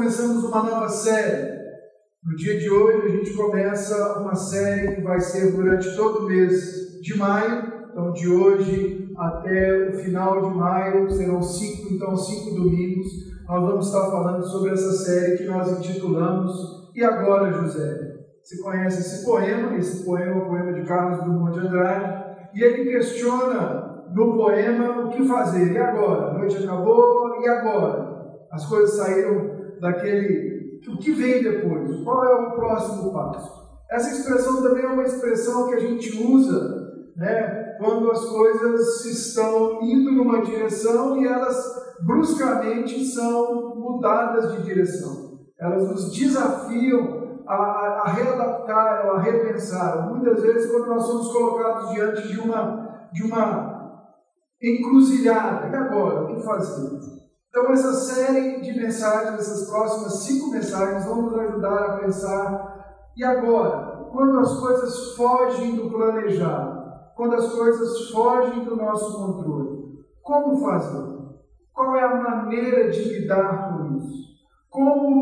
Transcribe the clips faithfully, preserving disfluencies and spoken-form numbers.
começamos uma nova série. No dia de hoje a gente começa uma série que vai ser durante todo o mês de maio. Então, de hoje até o final de maio, serão cinco, então, cinco domingos. Nós vamos estar falando sobre essa série que nós intitulamos E Agora, José? Você conhece esse poema? Esse poema é o poema de Carlos Drummond de Andrade. E ele questiona no poema o que fazer. E agora? A noite acabou, e agora? As coisas saíram daquele... O que vem depois? Qual é o próximo passo? Essa expressão também é uma expressão que a gente usa, né, quando as coisas estão indo numa direção e elas bruscamente são mudadas de direção. Elas nos desafiam a, a, a readaptar ou a repensar. Muitas vezes, quando nós somos colocados diante de uma, de uma encruzilhada, e agora? O que fazer? Então, essa série de mensagens, essas próximas cinco mensagens, vão nos ajudar a pensar, e agora? Quando as coisas fogem do planejado, quando as coisas fogem do nosso controle, como fazer? Qual é a maneira de lidar com isso? Como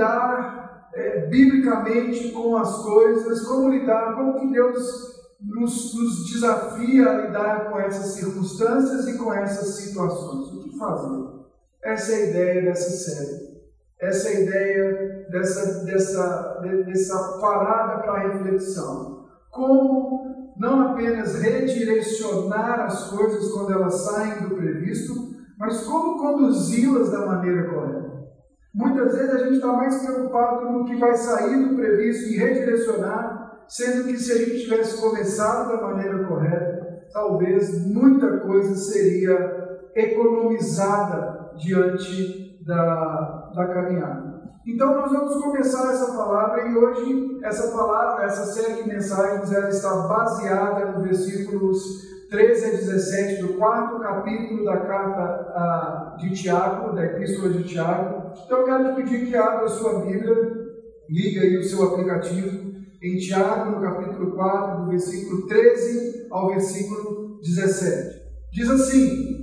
lidar é, biblicamente com as coisas? Como lidar, como que Deus nos, nos desafia a lidar com essas circunstâncias e com essas situações? O que fazer? Essa é a ideia dessa série. Essa é a ideia dessa, dessa, dessa parada para a reflexão. Como não apenas redirecionar as coisas quando elas saem do previsto, mas como conduzi-las da maneira correta. Muitas vezes a gente está mais preocupado no que vai sair do previsto e redirecionar, sendo que se a gente tivesse começado da maneira correta, talvez muita coisa seria economizada diante da, da caminhada. Então nós vamos começar essa palavra e hoje essa palavra, essa série de mensagens, ela está baseada nos versículos treze a dezessete do quarto capítulo da carta a, de Tiago, da Epístola de Tiago. Então eu quero te pedir que abra a sua Bíblia, liga aí o seu aplicativo, em Tiago, no capítulo quatro, do versículo treze ao versículo dezessete. Diz assim: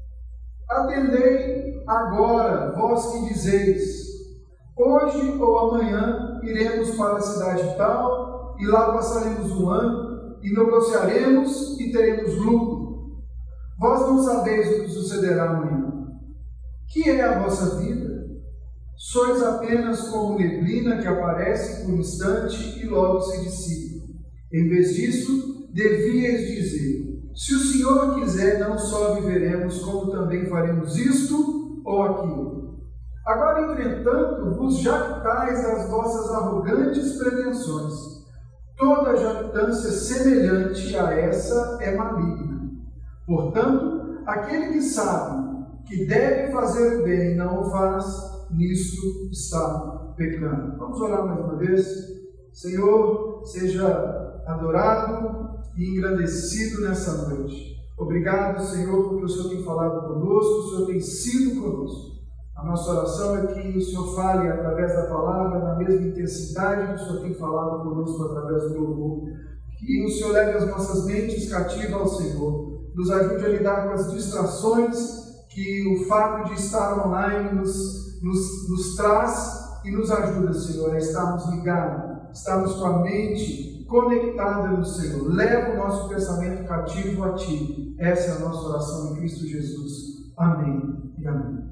Atendei agora, vós que dizeis, hoje ou amanhã iremos para a cidade tal, e lá passaremos um ano, e negociaremos e teremos lucro. Vós não sabeis o que sucederá amanhã. Que é a vossa vida? Sois apenas como neblina que aparece por um instante e logo se dissipa. Em vez disso, devíeis dizer: se o Senhor quiser, não só viveremos, como também faremos isto ou aquilo. Agora, entretanto, vos jactais das vossas arrogantes pretensões. Toda jactância semelhante a essa é maligna. Portanto, aquele que sabe que deve fazer o bem e não o faz, nisso está pecando. Vamos orar mais uma vez? Senhor, seja adorado e engrandecido nessa noite. Obrigado, Senhor, porque o Senhor tem falado conosco, o Senhor tem sido conosco. A nossa oração é que o Senhor fale através da palavra na mesma intensidade que o Senhor tem falado conosco através do louvor. Que o Senhor leve as nossas mentes cativas ao Senhor. Nos ajude a lidar com as distrações que o fato de estar online nos, nos, nos traz e nos ajuda, Senhor, a estarmos ligados, estarmos com a mente conectada no Senhor. Leva o nosso pensamento cativo a Ti. Essa é a nossa oração em Cristo Jesus. Amém e amém.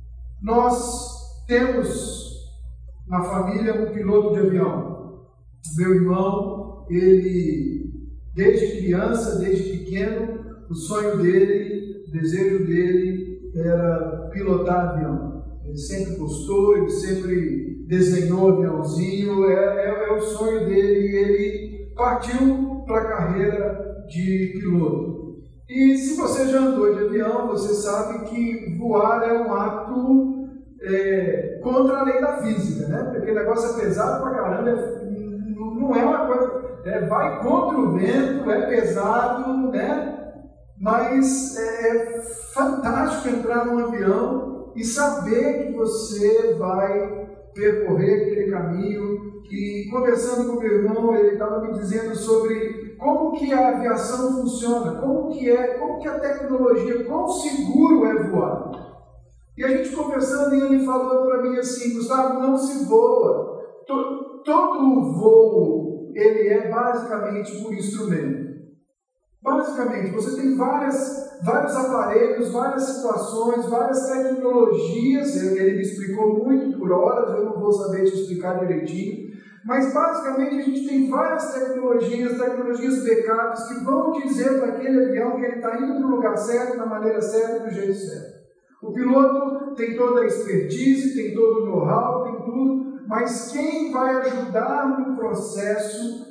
Nós temos na família um piloto de avião. Meu irmão, ele, desde criança, desde pequeno, o sonho dele, o desejo dele era pilotar avião. Ele sempre gostou, ele sempre desenhou aviãozinho, é, é, é o sonho dele e ele partiu para a carreira de piloto. E se você já andou de avião, você sabe que voar é um ato é, contra a lei da física, né? Porque o negócio é pesado pra caramba, é, não é uma coisa, é, vai contra o vento, é pesado, né? Mas é, é fantástico entrar num avião e saber que você vai percorrer aquele caminho. E conversando com o meu irmão, ele estava me dizendo sobre como que a aviação funciona, como que é, como que a tecnologia, quão seguro é voar. E a gente conversando, e ele falou para mim assim: Gustavo, não se voa. Todo, todo voo, ele é basicamente por instrumento. Basicamente, você tem várias, vários aparelhos, várias situações, várias tecnologias. Ele me explicou muito por horas, eu não vou saber te explicar direitinho. Mas basicamente a gente tem várias tecnologias, tecnologias backups, que vão dizer para aquele avião que ele está indo para o lugar certo, da maneira certa, do jeito certo. O piloto tem toda a expertise, tem todo o know-how, tem tudo, mas quem vai ajudar no processo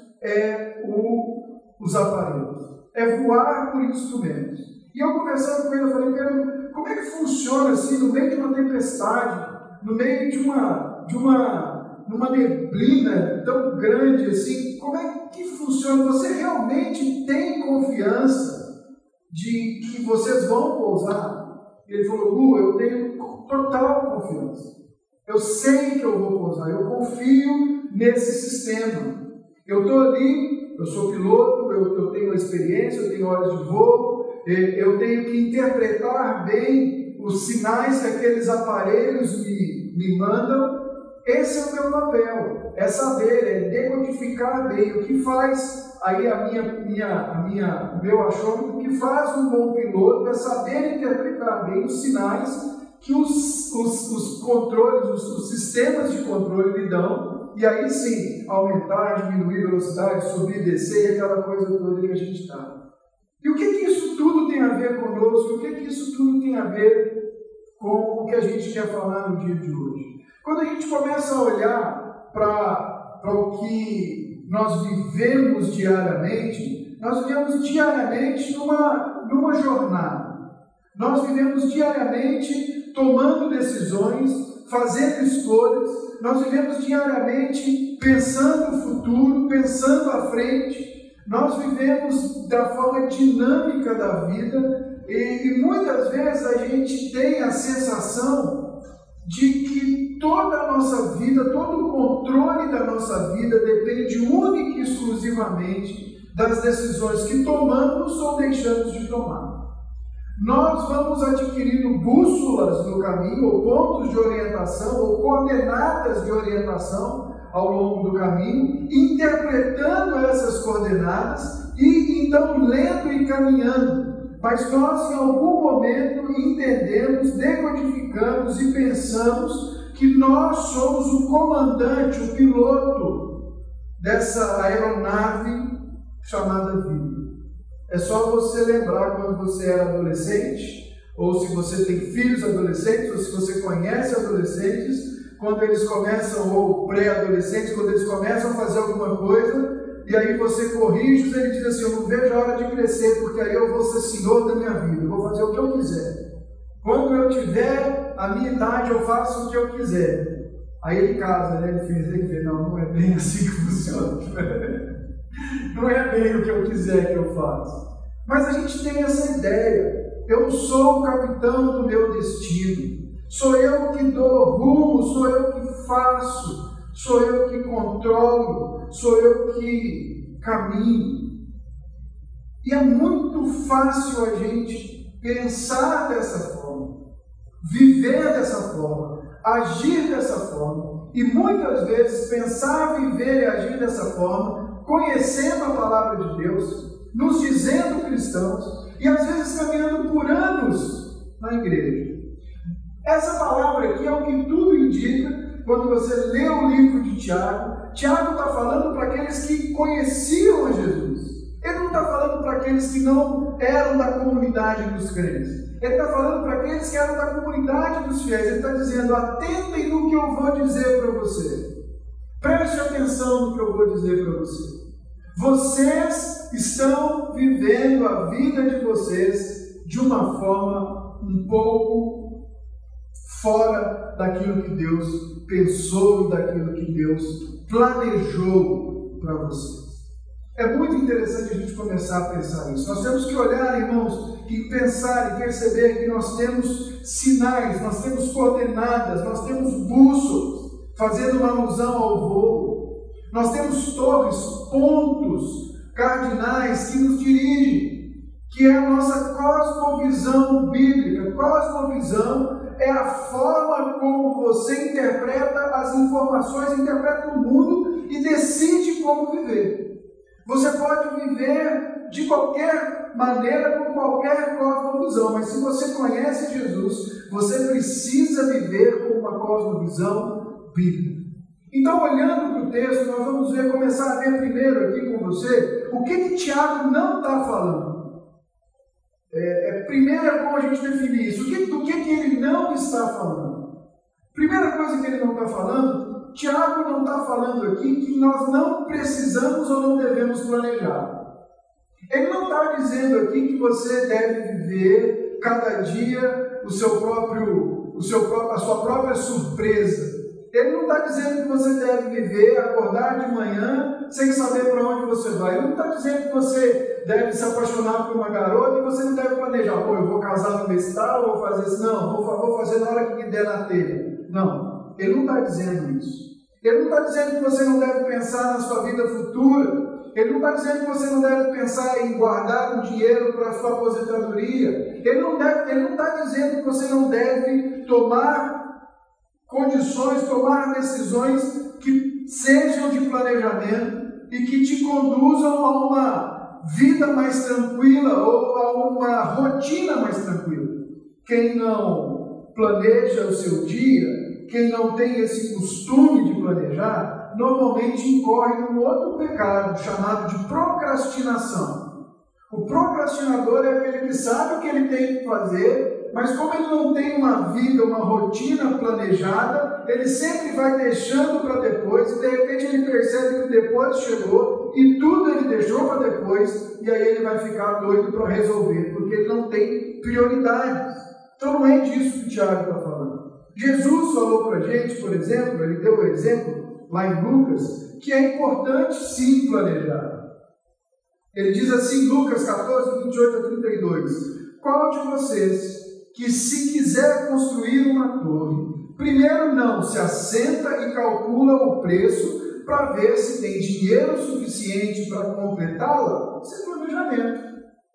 é o, os aparelhos. É voar por instrumentos. E eu conversando com ele, eu falei: Pedro, como é que funciona assim, no meio de uma tempestade, no meio de uma, de uma, uma neblina tão grande assim, como é que funciona? Você realmente tem confiança de que vocês vão pousar? Ele falou: Lu, eu tenho total confiança. Eu sei que eu vou pousar, eu confio nesse sistema. Eu estou ali, eu sou piloto, eu, eu tenho experiência, eu tenho horas de voo, eu tenho que interpretar bem os sinais que aqueles aparelhos me, me mandam. Esse é o meu papel, é saber, é decodificar bem o que faz. Aí a minha, minha, a minha, o meu achômetro, o que faz um bom piloto é saber interpretar bem os sinais que os, os, os controles, os, os sistemas de controle lhe dão, e aí sim, aumentar, diminuir velocidade, subir, descer, aquela coisa toda que a gente está. E o que, que isso tudo tem a ver conosco? O que, que isso tudo tem a ver com o que a gente quer falar no dia de hoje? Quando a gente começa a olhar para o que nós vivemos diariamente, nós vivemos diariamente numa, numa jornada. Nós vivemos diariamente tomando decisões, fazendo escolhas. Nós vivemos diariamente pensando no futuro, pensando à frente. Nós vivemos da forma dinâmica da vida e, e muitas vezes a gente tem a sensação de que toda a nossa vida, todo o controle da nossa vida depende única e exclusivamente das decisões que tomamos ou deixamos de tomar. Nós vamos adquirindo bússolas no caminho, ou pontos de orientação, ou coordenadas de orientação ao longo do caminho, interpretando essas coordenadas e então lendo e caminhando. Mas nós, em algum momento, entendemos, decodificamos e pensamos que nós somos o comandante, o piloto dessa aeronave chamada vida. É só você lembrar quando você era adolescente, ou se você tem filhos adolescentes, ou se você conhece adolescentes, quando eles começam, ou pré-adolescentes, quando eles começam a fazer alguma coisa, e aí você corrige, ele diz assim: eu não vejo a hora de crescer, porque aí eu vou ser senhor da minha vida, eu vou fazer o que eu quiser. Quando eu tiver a minha idade, eu faço o que eu quiser. Aí ele casa, né? Ele fez, ele fez, não, não é bem assim que funciona. Não é bem o que eu quiser que eu faço. Mas a gente tem essa ideia. Eu sou o capitão do meu destino. Sou eu que dou rumo, sou eu que faço, sou eu que controlo, sou eu que caminho. E é muito fácil a gente pensar dessa forma, viver dessa forma, agir dessa forma. E muitas vezes pensar, viver e agir dessa forma, conhecendo a palavra de Deus, nos dizendo cristãos, e às vezes caminhando por anos na igreja. Essa palavra aqui é o que tudo indica quando você lê o livro de Tiago. Tiago está falando para aqueles que conheciam a Jesus. Ele não está falando para aqueles que não eram da comunidade dos crentes. Ele está falando para aqueles que eram da comunidade dos fiéis. Ele está dizendo: atentem no que eu vou dizer para você. Preste atenção no que eu vou dizer para você. Vocês estão vivendo a vida de vocês de uma forma um pouco fora daquilo que Deus pensou e daquilo que Deus planejou para vocês. É muito interessante a gente começar a pensar nisso. Nós temos que olhar, irmãos, e pensar e perceber que nós temos sinais, nós temos coordenadas, nós temos bússolas, fazendo uma alusão ao voo. Nós temos torres, pontos cardinais que nos dirigem, que é a nossa cosmovisão bíblica. Cosmovisão é a forma como você interpreta as informações, interpreta o mundo e decide como viver. Você pode viver de qualquer maneira, com qualquer cosmovisão, mas se você conhece Jesus, você precisa viver com uma cosmovisão bíblica. Então, olhando para o texto, nós vamos ver, começar a ver primeiro aqui com você, o que que Tiago não está falando. É, é, primeiro é bom a gente definir isso. O que, do que, que ele não está falando? Primeira coisa que ele não está falando, Tiago não está falando aqui que nós não precisamos ou não devemos planejar. Ele não está dizendo aqui que você deve viver cada dia o seu próprio, o seu próprio, a sua própria surpresa. Ele não está dizendo que você deve viver, acordar de manhã sem saber para onde você vai. Ele não está dizendo que você deve se apaixonar por uma garota e você não deve planejar. Pô, eu vou casar no mês tal, vou fazer isso. Não, vou, vou fazer na hora que me der na telha. Não, ele não está dizendo isso. Ele não está dizendo que você não deve pensar na sua vida futura. Ele não está dizendo que você não deve pensar em guardar um dinheiro para a sua aposentadoria. Ele não deve, ele não está dizendo que você não deve tomar condições, tomar decisões que sejam de planejamento e que te conduzam a uma vida mais tranquila ou a uma rotina mais tranquila. Quem não planeja o seu dia, quem não tem esse costume de planejar, normalmente incorre num outro pecado chamado de procrastinação. O procrastinador é aquele que sabe o que ele tem que fazer, mas como ele não tem uma vida, uma rotina planejada, ele sempre vai deixando para depois, e de repente ele percebe que o depois chegou, e tudo ele deixou para depois, e aí ele vai ficar doido para resolver, porque ele não tem prioridades. Então não é disso que o Tiago está falando. Jesus falou para a gente, por exemplo, ele deu o exemplo lá em Lucas, que é importante sim planejar. Ele diz assim, Lucas catorze, vinte e oito a trinta e dois, qual de vocês que se quiser construir uma torre, primeiro não se assenta e calcula o preço para ver se tem dinheiro suficiente para completá-la? Isso é planejamento.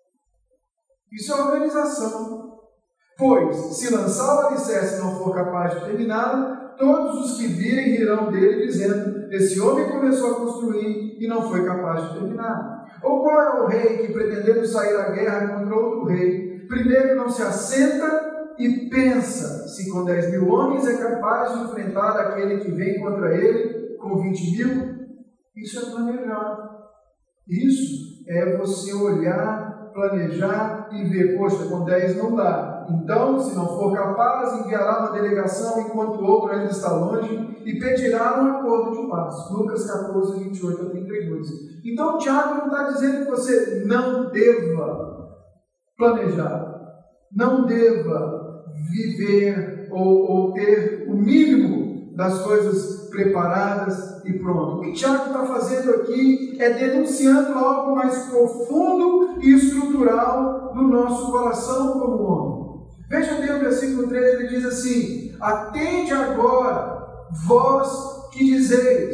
Isso é organização. Pois, se lançar o alicerce e não for capaz de terminá-la, todos os que virem rirão dele, dizendo, esse homem começou a construir e não foi capaz de terminar. Ou qual é o rei que, pretendendo sair à guerra contra outro rei, primeiro não se assenta e pensa se com dez mil homens é capaz de enfrentar aquele que vem contra ele com vinte mil? Isso é planejar. Isso é você olhar, planejar e ver, poxa, com dez não dá. Então, se não for capaz, enviará uma delegação enquanto o outro ainda está longe e pedirá um acordo de paz. Lucas catorze, vinte e oito a trinta e dois. Então, Tiago não está dizendo que você não deva planejar, não deva viver ou, ou ter o mínimo das coisas preparadas e pronto. O que Tiago está fazendo aqui é denunciando algo mais profundo e estrutural do nosso coração como homem. Veja bem o versículo treze, ele diz assim, atende agora, vós que dizeis,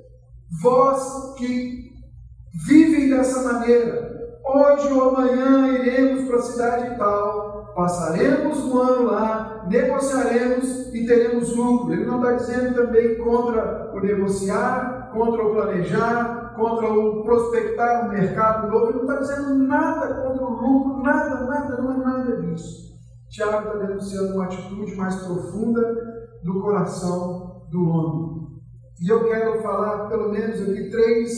vós que vivem dessa maneira, hoje ou amanhã iremos para a cidade tal, passaremos um ano lá, negociaremos e teremos lucro. Ele não está dizendo também contra o negociar, contra o planejar, contra o prospectar um mercado novo, ele não está dizendo nada contra o lucro, nada, nada, não é nada disso. Tiago está denunciando uma atitude mais profunda do coração do homem. E eu quero falar pelo menos aqui três,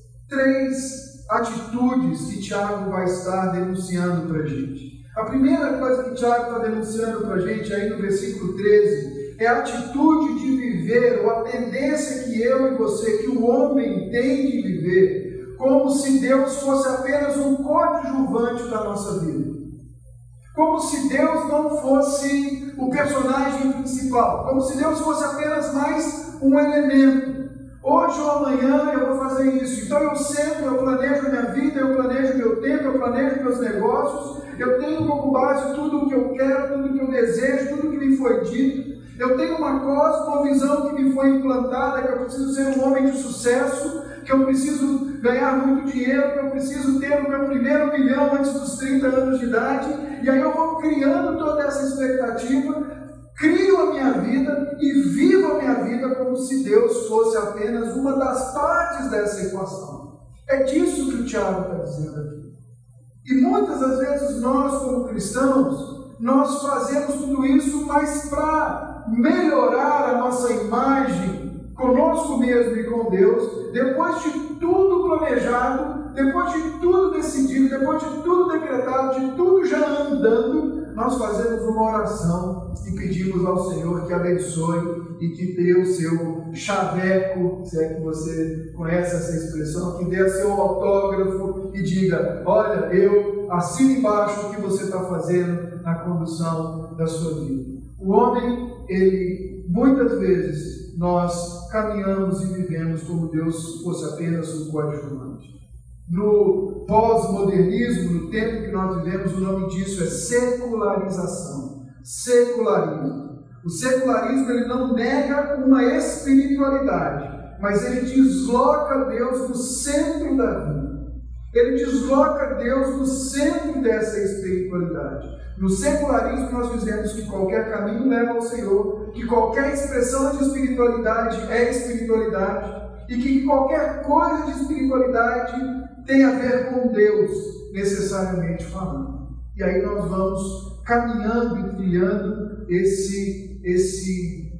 três atitudes que Tiago vai estar denunciando para a gente. A primeira coisa que Tiago está denunciando para a gente aí no versículo treze é a atitude de viver, ou a tendência que eu e você, que o homem tem de viver, como se Deus fosse apenas um coadjuvante da nossa vida. Como se Deus não fosse o personagem principal, como se Deus fosse apenas mais um elemento. Hoje ou amanhã eu vou fazer isso, então eu sento, eu planejo a minha vida, eu planejo meu tempo, eu planejo meus negócios, eu tenho como base tudo o que eu quero, tudo o que eu desejo, tudo o que me foi dito. Eu tenho uma cosmovisão que me foi implantada, que eu preciso ser um homem de sucesso, que eu preciso ganhar muito dinheiro, que eu preciso ter o meu primeiro milhão antes dos trinta anos de idade, e aí eu vou criando toda essa expectativa, crio a minha vida e vivo a minha vida como se Deus fosse apenas uma das partes dessa equação. É disso que o Tiago está dizendo aqui. E muitas das vezes nós, como cristãos, nós fazemos tudo isso, mas para melhorar a nossa imagem conosco mesmo e com Deus, depois de tudo planejado, depois de tudo decidido, depois de tudo decretado, de tudo já andando, nós fazemos uma oração e pedimos ao Senhor que abençoe e que dê o seu chaveco, se é que você conhece essa expressão, que dê o seu autógrafo e diga: olha, eu assino embaixo o que você está fazendo na condução da sua vida. O homem, ele, muitas vezes, nós caminhamos e vivemos como Deus fosse apenas um coadjuvante. No pós-modernismo, no tempo que nós vivemos, o nome disso é secularização. Secularismo. O secularismo, ele não nega uma espiritualidade, mas ele desloca Deus do centro da vida. Ele desloca Deus do centro dessa espiritualidade. No secularismo, nós dizemos que qualquer caminho leva ao Senhor, que qualquer expressão de espiritualidade é espiritualidade, e que qualquer coisa de espiritualidade tem a ver com Deus, necessariamente falando. E aí nós vamos caminhando e trilhando esse, esse,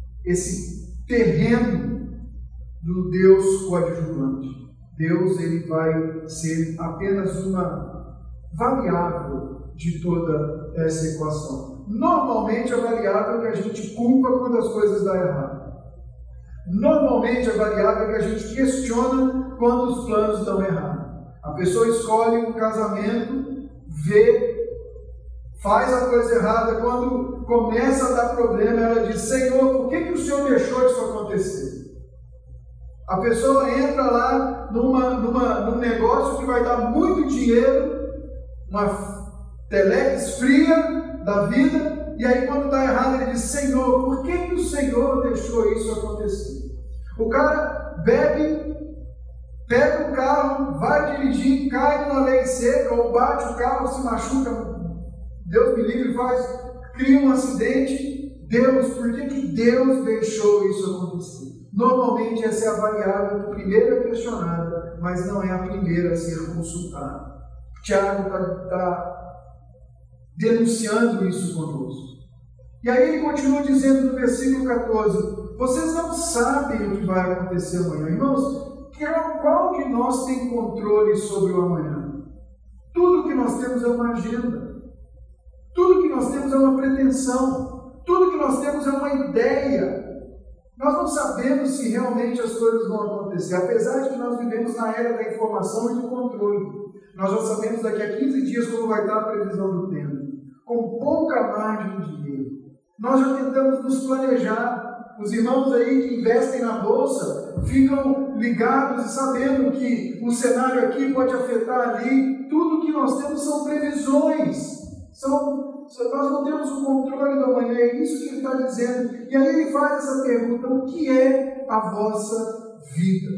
esse terreno do Deus coadjuvante. Deus, ele vai ser apenas uma variável de toda essa equação. Normalmente a variável que a gente culpa quando as coisas dão errado. Normalmente a variável que a gente questiona quando os planos dão errado. A pessoa escolhe um casamento, vê, faz a coisa errada, quando começa a dar problema, ela diz: Senhor, por que, que o Senhor deixou isso acontecer? A pessoa entra lá numa, numa, num negócio que vai dar muito dinheiro, uma telex fria da vida, e aí quando está errado ele diz: Senhor, por que, que o Senhor deixou isso acontecer? O cara bebe, pega o carro, vai dirigir, cai numa lei seca, ou bate o carro, se machuca, Deus me livre, faz, cria um acidente. Deus, por que, que Deus deixou isso acontecer? Normalmente essa é a variável que primeiro é questionada, mas não é a primeira a ser consultada. Tiago está tá denunciando isso conosco. E aí ele continua dizendo no versículo catorze: vocês não sabem o que vai acontecer amanhã. Irmãos, qual de nós tem controle sobre o amanhã? Tudo que nós temos é uma agenda. Tudo que nós temos é uma pretensão. Tudo que nós temos é uma ideia. Nós não sabemos se realmente as coisas vão acontecer, apesar de que nós vivemos na era da informação e do controle. Nós já sabemos daqui a quinze dias como vai estar a previsão do tempo, com pouca margem de erro. Nós já tentamos nos planejar. Os irmãos aí que investem na bolsa ficam ligados e sabendo que o cenário aqui pode afetar ali. Tudo que nós temos são previsões. São Nós não temos o controle da manhã, é isso que ele está dizendo. E aí ele faz essa pergunta: o que é a vossa vida?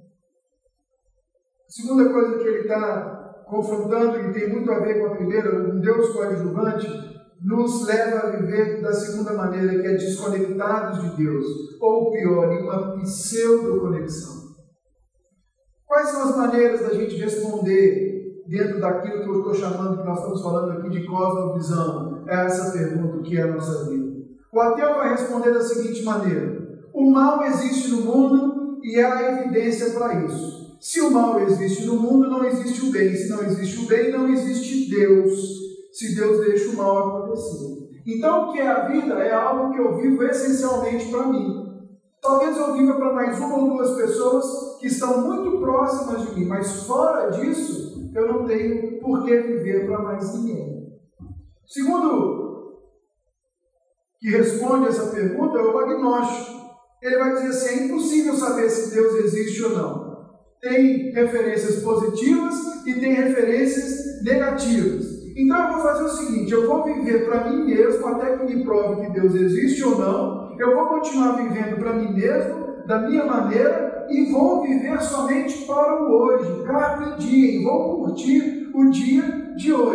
A segunda coisa que ele está confrontando, e tem muito a ver com a primeira, um Deus coadjuvante, nos leva a viver da segunda maneira, que é desconectados de Deus, ou pior, em uma pseudo-conexão. Quais são as maneiras da gente responder dentro daquilo que eu estou chamando, que nós estamos falando aqui de cosmovisão? É essa pergunta: o que é a nossa vida? O ateu vai responder da seguinte maneira: o mal existe no mundo e há evidência para isso. Se o mal existe no mundo, não existe o bem. Se não existe o bem, não existe Deus. Se Deus deixa o mal acontecer. Então, o que é a vida é algo que eu vivo essencialmente para mim. Talvez eu viva para mais uma ou duas pessoas que estão muito próximas de mim, mas fora disso, eu não tenho por que viver para mais ninguém. Segundo que responde essa pergunta é o agnóstico. Ele vai dizer assim: é impossível saber se Deus existe ou não. Tem referências positivas e tem referências negativas. Então eu vou fazer o seguinte: eu vou viver para mim mesmo até que me prove que Deus existe ou não. Eu vou continuar vivendo para mim mesmo, da minha maneira, e vou viver somente para o hoje, carpe diem, vou curtir o dia de hoje.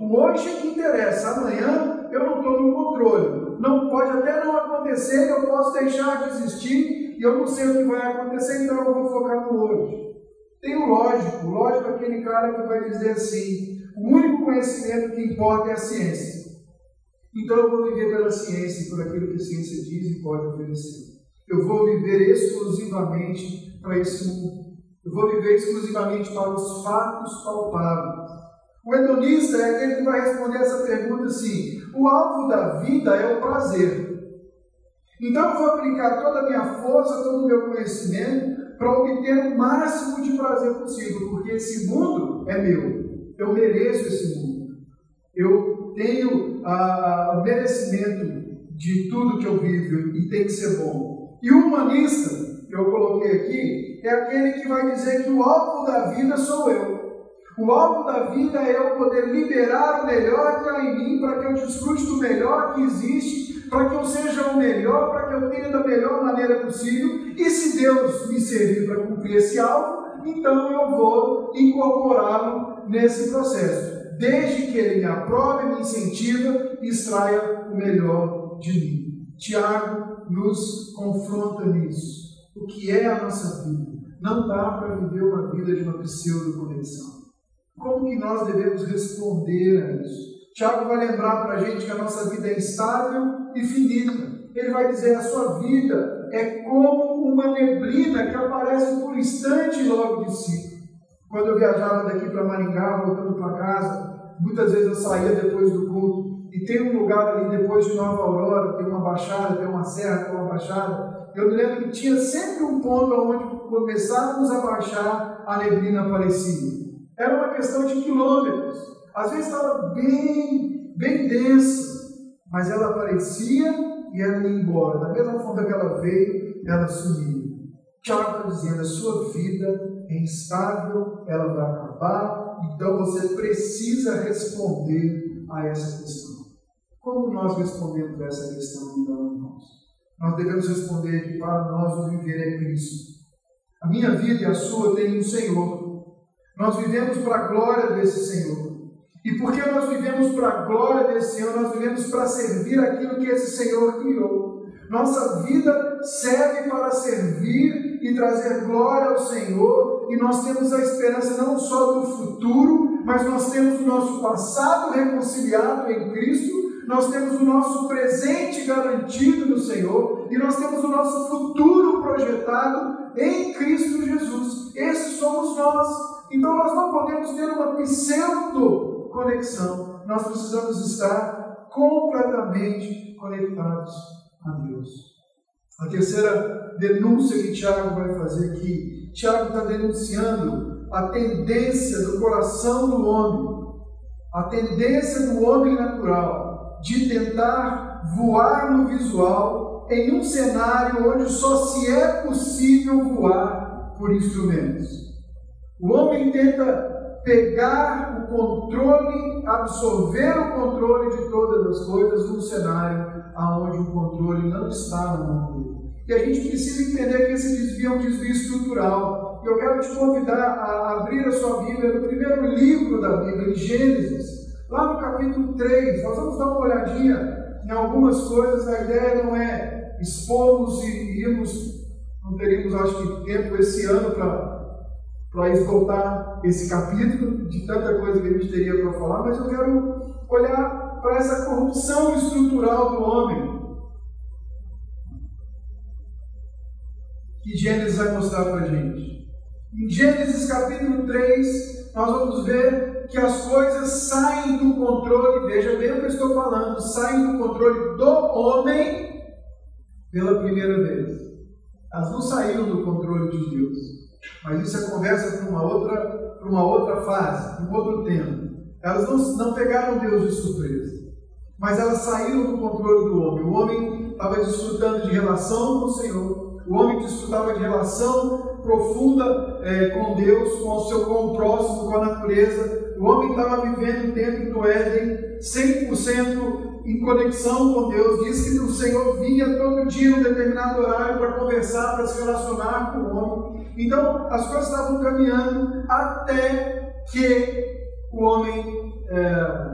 O hoje é que interessa. Amanhã eu não estou no controle. Não pode até não acontecer, eu posso deixar de existir e eu não sei o que vai acontecer, então eu vou focar no hoje. Tem o lógico. O lógico é aquele cara que vai dizer assim: o único conhecimento que importa é a ciência. Então eu vou viver pela ciência, por aquilo que a ciência diz e pode oferecer. Eu vou viver exclusivamente para esse mundo. Eu vou viver exclusivamente para os fatos palpáveis. O hedonista é aquele que vai responder essa pergunta assim: o alvo da vida é o prazer. Então eu vou aplicar toda a minha força, todo o meu conhecimento para obter o máximo de prazer possível, porque esse mundo é meu. Eu mereço esse mundo. Eu tenho ah, o merecimento de tudo que eu vivo e tem que ser bom. E o humanista, que eu coloquei aqui, é aquele que vai dizer que o alvo da vida sou eu. O alvo da vida é eu poder liberar o melhor que há em mim para que eu desfrute do melhor que existe, para que eu seja o melhor, para que eu tenha da melhor maneira possível. E se Deus me servir para cumprir esse alvo, então eu vou incorporá-lo nesse processo, desde que ele me aprove, me incentiva e extraia o melhor de mim. Tiago nos confronta nisso. O que é a nossa vida? Não dá para viver uma vida de uma pseudo-conexão. Como que nós devemos responder a isso? Tiago vai lembrar para a gente que a nossa vida é instável e finita. Ele vai dizer: a sua vida é como uma neblina que aparece por instante e logo dissipa. Quando eu viajava daqui para Maringá, voltando para casa, muitas vezes eu saía depois do culto, e tem um lugar ali depois de Nova Aurora, tem uma baixada, tem uma serra, tem uma baixada. Eu me lembro que tinha sempre um ponto onde começávamos a baixar, a neblina aparecia. Era uma questão de quilômetros. Às vezes estava bem, bem densa, mas ela aparecia e ela ia embora. Da mesma forma que ela veio, ela sumia. Tiago está dizendo: a sua vida é instável, ela vai acabar, então você precisa responder a essa questão. Como nós respondemos a essa questão, então, irmãos? Nós devemos responder que para nós o viver é Cristo. A minha vida e a sua têm um Senhor. Nós vivemos para a glória desse Senhor. E porque nós vivemos para a glória desse Senhor, nós vivemos para servir aquilo que esse Senhor criou. Nossa vida serve para servir e trazer glória ao Senhor. E nós temos a esperança não só do futuro, mas nós temos o nosso passado reconciliado em Cristo. Nós temos o nosso presente garantido no Senhor e nós temos o nosso futuro projetado em Cristo Jesus. Esses somos nós. Então nós não podemos ter uma pseudo-conexão. Nós precisamos estar completamente conectados a Deus. A terceira denúncia que Tiago vai fazer aqui, Tiago está denunciando a tendência do coração do homem, a tendência do homem natural, de tentar voar no visual em um cenário onde só se é possível voar por instrumentos. O homem tenta pegar o controle, absorver o controle de todas as coisas num cenário onde o controle não está na mão dele. E a gente precisa entender que esse desvio é um desvio estrutural. Eu quero te convidar a abrir a sua Bíblia no primeiro livro da Bíblia, em Gênesis. Lá no capítulo três, nós vamos dar uma olhadinha em algumas coisas. A ideia não é expor-nos e irmos, não teríamos, acho que, tempo esse ano para esgotar esse capítulo, de tanta coisa que a gente teria para falar, mas eu quero olhar para essa corrupção estrutural do homem, que Gênesis vai mostrar para a gente. Em Gênesis capítulo três, nós vamos ver que as coisas saem do controle, veja bem o que eu estou falando, saem do controle do homem pela primeira vez. Elas não saíram do controle de Deus, mas isso é conversa para uma outra, para uma outra fase, um outro tempo. Elas não, não pegaram Deus de surpresa, mas elas saíram do controle do homem. O homem estava desfrutando de relação com o Senhor, o homem desfrutava de relação profunda é, com Deus, com o seu com o próximo, com a natureza. O homem estava vivendo dentro do Éden, cem por cento em conexão com Deus. Diz que o Senhor vinha todo dia em um determinado horário para conversar, para se relacionar com o homem. Então, as coisas estavam caminhando até que o homem é,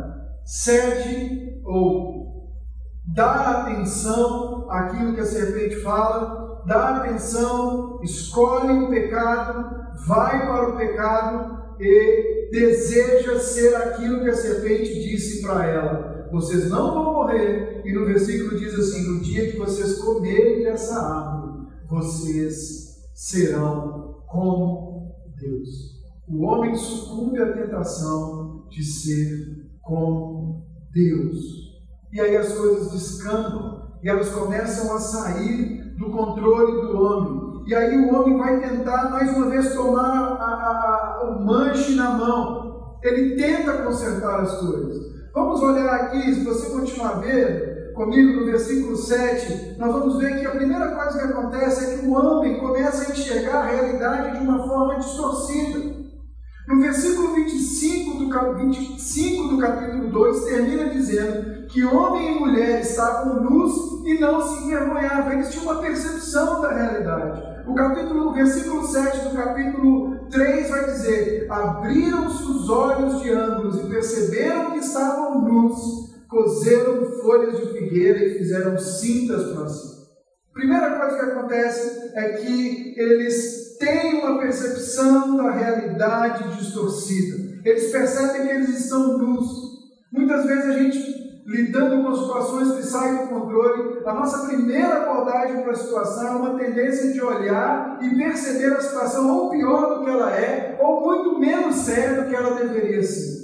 cede ou dá atenção àquilo que a serpente fala, dá atenção, escolhe o pecado, vai para o pecado e deseja ser aquilo que a serpente disse para ela. Vocês não vão morrer. E no versículo diz assim: no dia que vocês comerem dessa árvore, vocês serão como Deus. O homem sucumbe à tentação de ser como Deus. E aí as coisas descambam e elas começam a sair do controle do homem. E aí o homem vai tentar mais uma vez tomar a, a, a, o manche na mão. Ele tenta consertar as coisas. Vamos olhar aqui, se você continuar a ver comigo no versículo sete, nós vamos ver que a primeira coisa que acontece é que o homem começa a enxergar a realidade de uma forma distorcida. No versículo vinte e cinco do, vinte e cinco do capítulo dois, termina dizendo que homem e mulher estavam nus e não se envergonhavam. Eles tinham uma percepção da realidade. O, capítulo, o versículo sete do capítulo três vai dizer: abriram-se os olhos de ambos e perceberam que estavam nus, cozeram folhas de figueira e fizeram cintas para si. Primeira coisa que acontece é que eles têm uma percepção da realidade distorcida. Eles percebem que eles estão nus. Muitas vezes a gente, lidando com situações que saem do controle, a nossa primeira abordagem para a situação é uma tendência de olhar e perceber a situação ou pior do que ela é, ou muito menos séria do que ela deveria ser.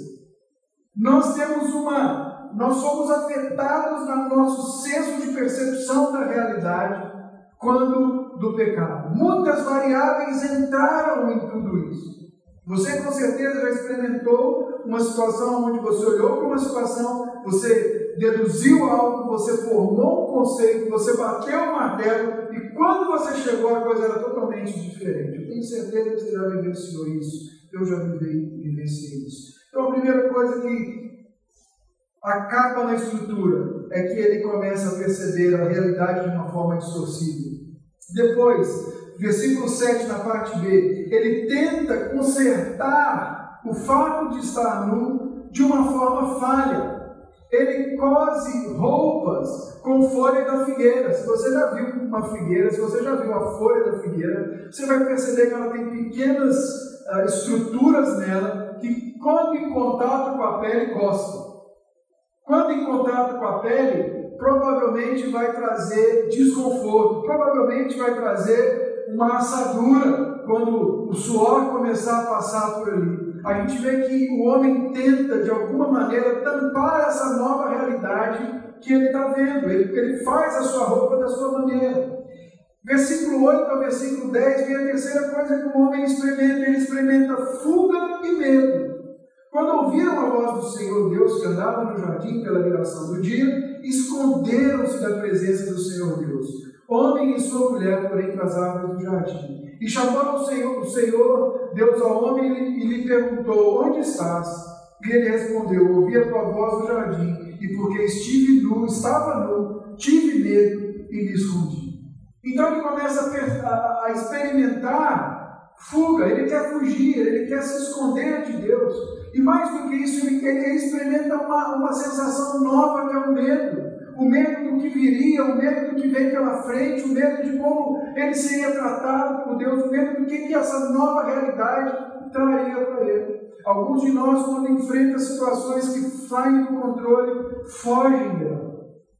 Nós temos uma... Nós somos afetados no nosso senso de percepção da realidade quando do pecado. Muitas variáveis entraram em tudo isso. Você com certeza já experimentou uma situação onde você olhou para uma situação, você deduziu algo, você formou um conceito, você bateu o martelo e quando você chegou a coisa era totalmente diferente. Eu tenho certeza que você já vivenciou isso. Eu já vivenciei isso. Então a primeira coisa que acaba na estrutura é que ele começa a perceber a realidade de uma forma distorcida. Depois, versículo sete na parte B, ele tenta consertar o fato de estar nu de uma forma falha. Ele cose roupas com folha da figueira. Se você já viu uma figueira, se você já viu a folha da figueira, você vai perceber que ela tem pequenas uh, estruturas nela que, quando em contato com a pele, coçam. Quando em contato com a pele, provavelmente vai trazer desconforto, provavelmente vai trazer uma assadura quando o suor começar a passar por ali. A gente vê que o homem tenta, de alguma maneira, tampar essa nova realidade que ele está vendo. Ele, ele faz a sua roupa da sua maneira. Versículo oito ao versículo dez vem a terceira coisa que o homem experimenta. Ele experimenta fuga e medo. Quando ouviram a voz do Senhor Deus que andava no jardim pela viração do dia, esconderam-se da presença do Senhor Deus, homem e sua mulher, por entre as árvores do jardim. E chamou o Senhor, o Senhor Deus ao homem e lhe perguntou: onde estás? E ele respondeu: ouvi a tua voz no jardim, e porque estive nu, estava nu, tive medo e me escondi. Então ele começa a, a experimentar fuga, ele quer fugir, ele quer se esconder de Deus. E mais do que isso, ele, ele experimenta uma, uma sensação nova que é o medo. O medo do que viria, o medo do que vem pela frente, o medo de como ele seria tratado por Deus, o medo do que, que essa nova realidade traria para ele. Alguns de nós, quando enfrentam situações que saem do controle, fogem dela.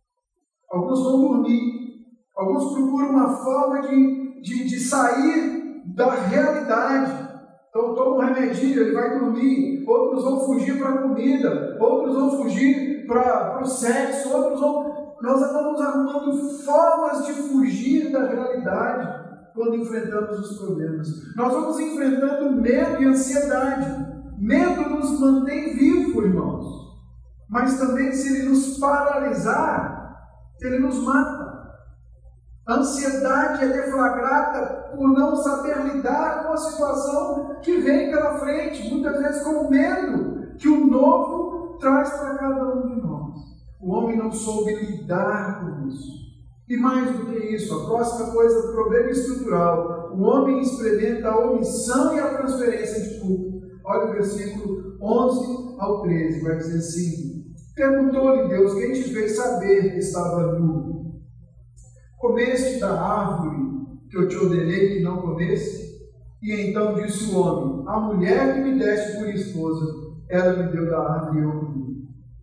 Alguns vão dormir, alguns procuram uma forma de, de, de sair da realidade. Então toma um remedinho, ele vai dormir. Outros vão fugir para a comida, outros vão fugir para o sexo, outros vão... Nós estamos arrumando formas de fugir da realidade quando enfrentamos os problemas. Nós vamos enfrentando medo e ansiedade. Medo nos mantém vivos, irmãos. Mas também, se ele nos paralisar, ele nos mata. A ansiedade é deflagrada por não saber lidar com a situação que vem pela frente, muitas vezes com o medo que o novo traz para cada um de nós. O homem não soube lidar com isso. E mais do que isso, a próxima coisa, o problema estrutural. O homem experimenta a omissão e a transferência de culpa. Olha o versículo onze ao treze, vai dizer assim: Perguntou-lhe Deus: quem te fez saber que estava nu? Comeste da árvore que eu te ordenei que não comesse? E então disse o homem: a mulher que me deste por esposa, ela me deu da árvore e eu comi.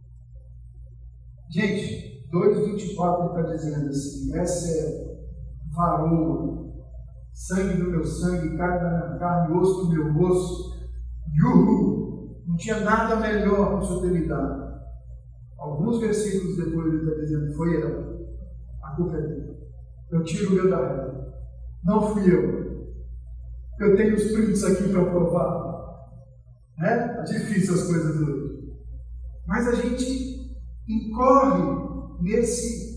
Gente, dois, vinte e quatro está dizendo assim: essa é varoa, sangue do meu sangue, carne da minha carne, osso do meu osso. Yuhu! Não tinha nada melhor para o senhor ter me dado. Alguns versículos depois ele está dizendo: foi ela, a culpa é dele. Eu tiro o meu da ela. Não fui eu. Eu tenho os prints aqui para provar. Né? É difícil as coisas hoje. Mas a gente incorre nesse,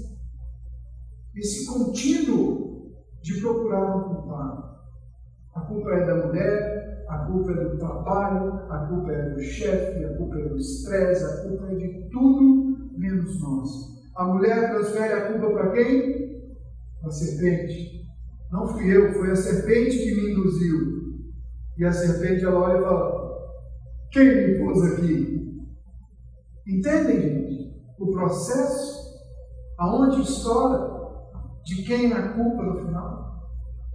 nesse contínuo de procurar um culpado. A culpa é da mulher, a culpa é do trabalho, a culpa é do chefe, a culpa é do estresse, a culpa é de tudo menos nós. A mulher transfere a culpa para quem? Para a serpente. Não fui eu, foi a serpente que me induziu. E a serpente, ela olha e fala: quem me pôs aqui? Entendem, gente? O processo, aonde estoura, de quem é a culpa no final?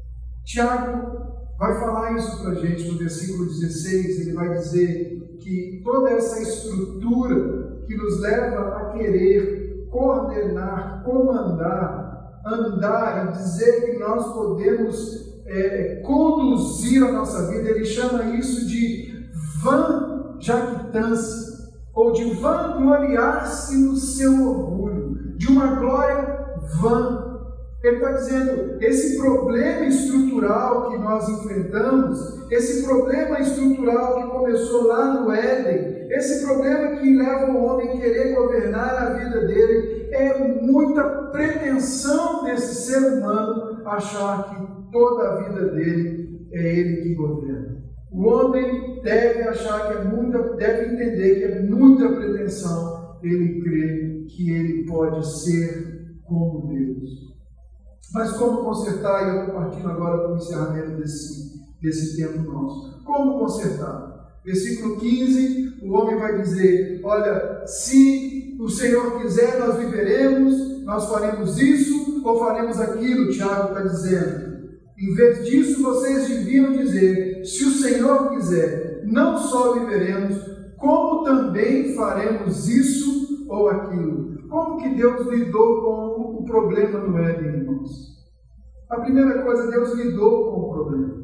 Tiago vai falar isso para a gente no versículo dezesseis. Ele vai dizer que toda essa estrutura que nos leva a querer coordenar, comandar, andar e dizer que nós podemos é, conduzir a nossa vida, ele chama isso de vã jactância, ou de vangloriar-se no seu orgulho, de uma glória vã. Ele está dizendo, esse problema estrutural que nós enfrentamos, esse problema estrutural que começou lá no Éden, esse problema que leva o homem a querer governar a vida dele, é muita pretensão desse ser humano achar que toda a vida dele é ele que governa. O homem deve achar que é muita, deve entender que é muita pretensão ele crer que ele pode ser como Deus. Mas como consertar? E eu estou partindo agora para o encerramento desse, desse tempo nosso. Como consertar? Versículo quinze, o homem vai dizer: olha, se o Senhor quiser, nós viveremos, nós faremos isso ou faremos aquilo. Tiago está dizendo. Em vez disso, vocês deviam dizer: se o Senhor quiser, não só viveremos, como também faremos isso ou aquilo. Como que Deus lidou com o problema do Éden, irmãos? A primeira coisa, Deus lidou com o problema.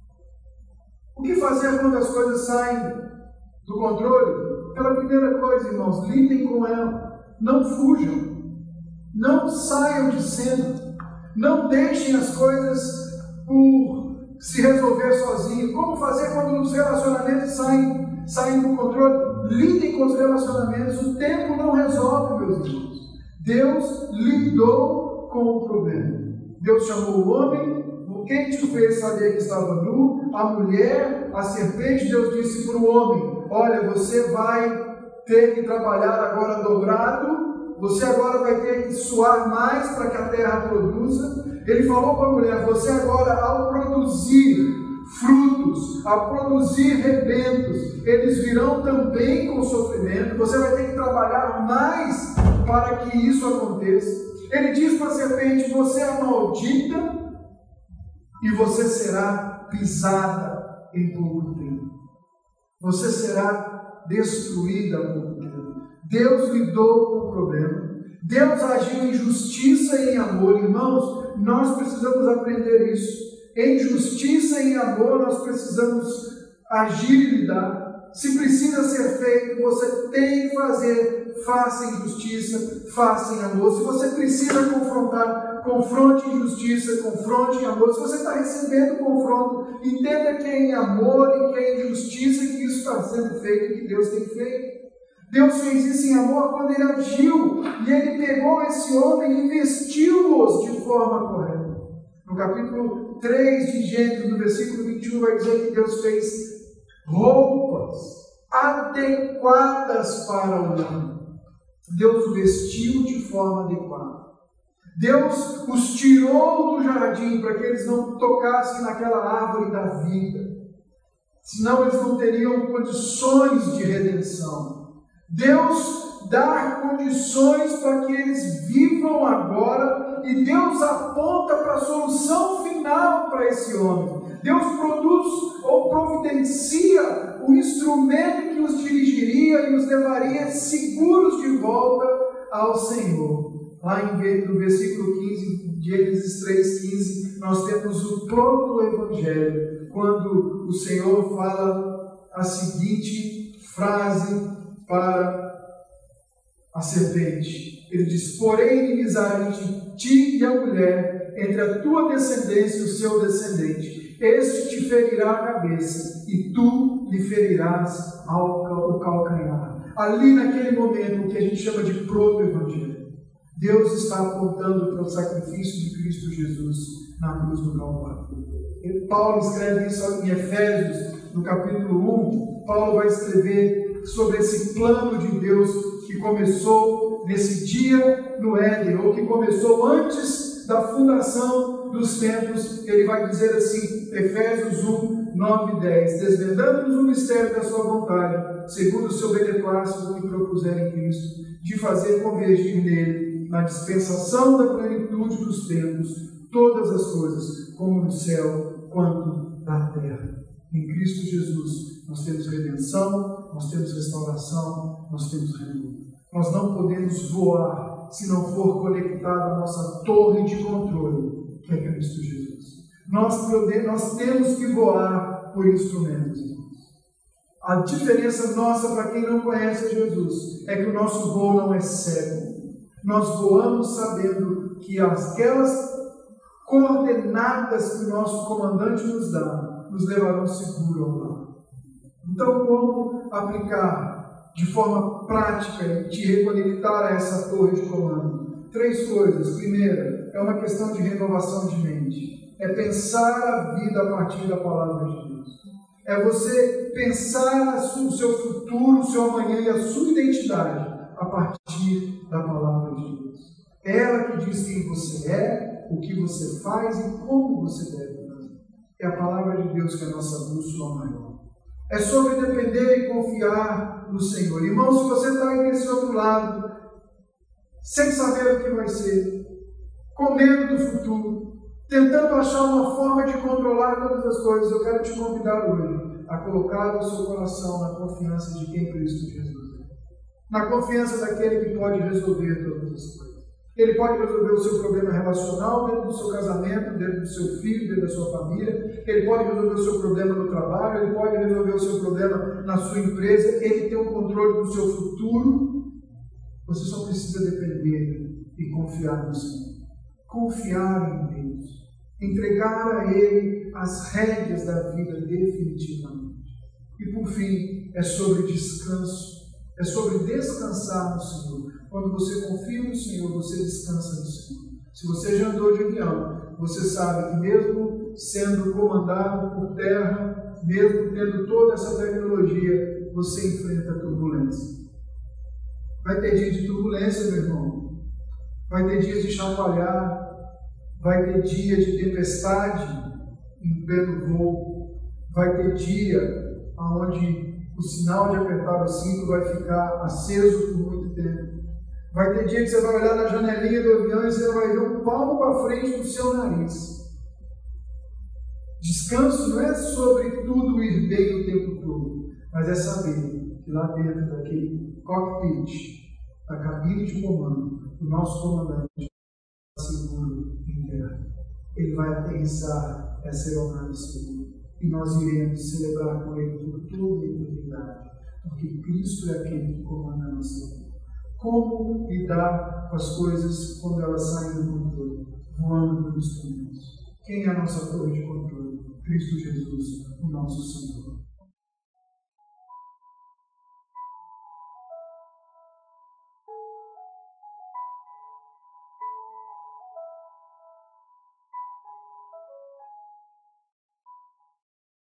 O que fazer quando as coisas saem do controle? Pela primeira coisa, irmãos, lidem com ela. Não fujam. Não saiam de cena. Não deixem as coisas por se resolver sozinho. Como fazer quando os relacionamentos saem, saem do controle? Lidem com os relacionamentos. O tempo não resolve, meus irmãos. Deus lidou com o problema. Deus chamou o homem. Quem te fez saber que estava nu? A mulher, a serpente. Deus disse para o homem: olha, você vai ter que trabalhar agora dobrado. Você agora vai ter que suar mais para que a terra produza. Ele falou para a mulher: você agora, ao produzir frutos, ao produzir rebentos, eles virão também com sofrimento. Você vai ter que trabalhar mais para que isso aconteça. Ele diz para a serpente: você é maldita e você será pisada em pouco tempo. Você será destruída em pouco tempo. Deus lidou com o problema. Deus agiu em justiça e em amor. Irmãos, nós precisamos aprender isso. Em justiça e em amor nós precisamos agir e lidar. Se precisa ser feito, você tem que fazer. Faça em justiça, faça em amor. Se você precisa confrontar, confronte em justiça, confronte em amor. Se você está recebendo confronto, entenda que é em amor e que é em justiça que isso está sendo feito e que Deus tem feito. Deus fez isso em amor quando Ele agiu e Ele pegou esse homem e vestiu-os de forma correta. No capítulo três de Gênesis, no versículo vinte e um, vai dizer que Deus fez roupas adequadas para o homem. Deus o vestiu de forma adequada. Deus os tirou do jardim para que eles não tocassem naquela árvore da vida. Senão eles não teriam condições de redenção. Deus dar condições para que eles vivam agora, e Deus aponta para a solução final para esse homem. Deus produz ou providencia o instrumento que os dirigiria e os levaria seguros de volta ao Senhor. Lá em, no versículo quinze, de Gênesis três, quinze, nós temos o proto-evangelho, quando o Senhor fala a seguinte frase para a serpente. Ele diz: porém inimizade entre ti e a mulher, entre a tua descendência e o seu descendente. Este te ferirá a cabeça, e tu lhe ferirás ao, o calcanhar. Ali naquele momento, o que a gente chama de proto-evangelho, Deus está apontando para o sacrifício de Cristo Jesus na cruz do Calvário. Paulo escreve isso em Efésios, no capítulo um. Paulo vai escrever sobre esse plano de Deus que começou nesse dia no Éden, ou que começou antes da fundação dos tempos. Ele vai dizer assim, Efésios um, nove e dez: desvendando-nos o mistério da sua vontade, segundo o seu beneplácito que propuser em Cristo, de fazer convergir nele, na dispensação da plenitude dos tempos, todas as coisas, como no céu, quanto na terra. Em Cristo Jesus, nós temos redenção, nós temos restauração, nós temos renovo. Nós não podemos voar se não for conectado à nossa torre de controle, que é Cristo Jesus. Nós, podemos, nós temos que voar por instrumentos. A diferença nossa, para quem não conhece Jesus, é que o nosso voo não é cego. Nós voamos sabendo que aquelas coordenadas que o nosso comandante nos dá, nos levarão seguro ao lar. Então, como aplicar de forma prática e te reconectar a essa torre de comando? Três coisas. Primeira, é uma questão de renovação de mente. É pensar a vida a partir da palavra de Deus. É você pensar o seu futuro, o seu amanhã e a sua identidade a partir da palavra de Deus. É ela que diz quem você é, o que você faz e como você deve fazer. É a palavra de Deus que é a nossa bússola maior. É sobre depender e confiar no Senhor. Irmão, se você está aí desse outro lado, sem saber o que vai ser, com medo do futuro, tentando achar uma forma de controlar todas as coisas, eu quero te convidar hoje a colocar o seu coração na confiança de quem Cristo Jesus é. Na confiança daquele que pode resolver todas as coisas. Ele pode resolver o seu problema relacional dentro do seu casamento, dentro do seu filho, dentro da sua família. Ele pode resolver o seu problema no trabalho, ele pode resolver o seu problema na sua empresa. Ele tem o controle do seu futuro. Você só precisa depender e confiar no Senhor. Confiar em Deus. Entregar a Ele as rédeas da vida definitivamente. E por fim, é sobre descanso. É sobre descansar no Senhor. Quando você confia no Senhor, você descansa no Senhor. Se você já andou de avião, você sabe que mesmo sendo comandado por terra, mesmo tendo toda essa tecnologia, você enfrenta turbulência. Vai ter dia de turbulência, meu irmão. Vai ter dias de chacoalhar. Vai ter dia de tempestade em pleno voo. Vai ter dia onde o sinal de apertar o cinto vai ficar aceso por muito tempo. Vai ter dia que você vai olhar na janelinha do avião e você vai ver um palmo para frente do seu nariz. Descanso não é sobre tudo ir bem o tempo todo, mas é saber que lá dentro daquele cockpit, da cabine de comando, o nosso comandante está seguro em terra. Ele vai aterrissar essa aeronave segura. E nós iremos celebrar com Ele por toda a eternidade, porque Cristo é aquele que comanda a nossa vida. Como lidar com as coisas quando elas saem do controle? Voando por instrumentos. Quem é a nossa torre de controle? Cristo Jesus, o nosso Senhor.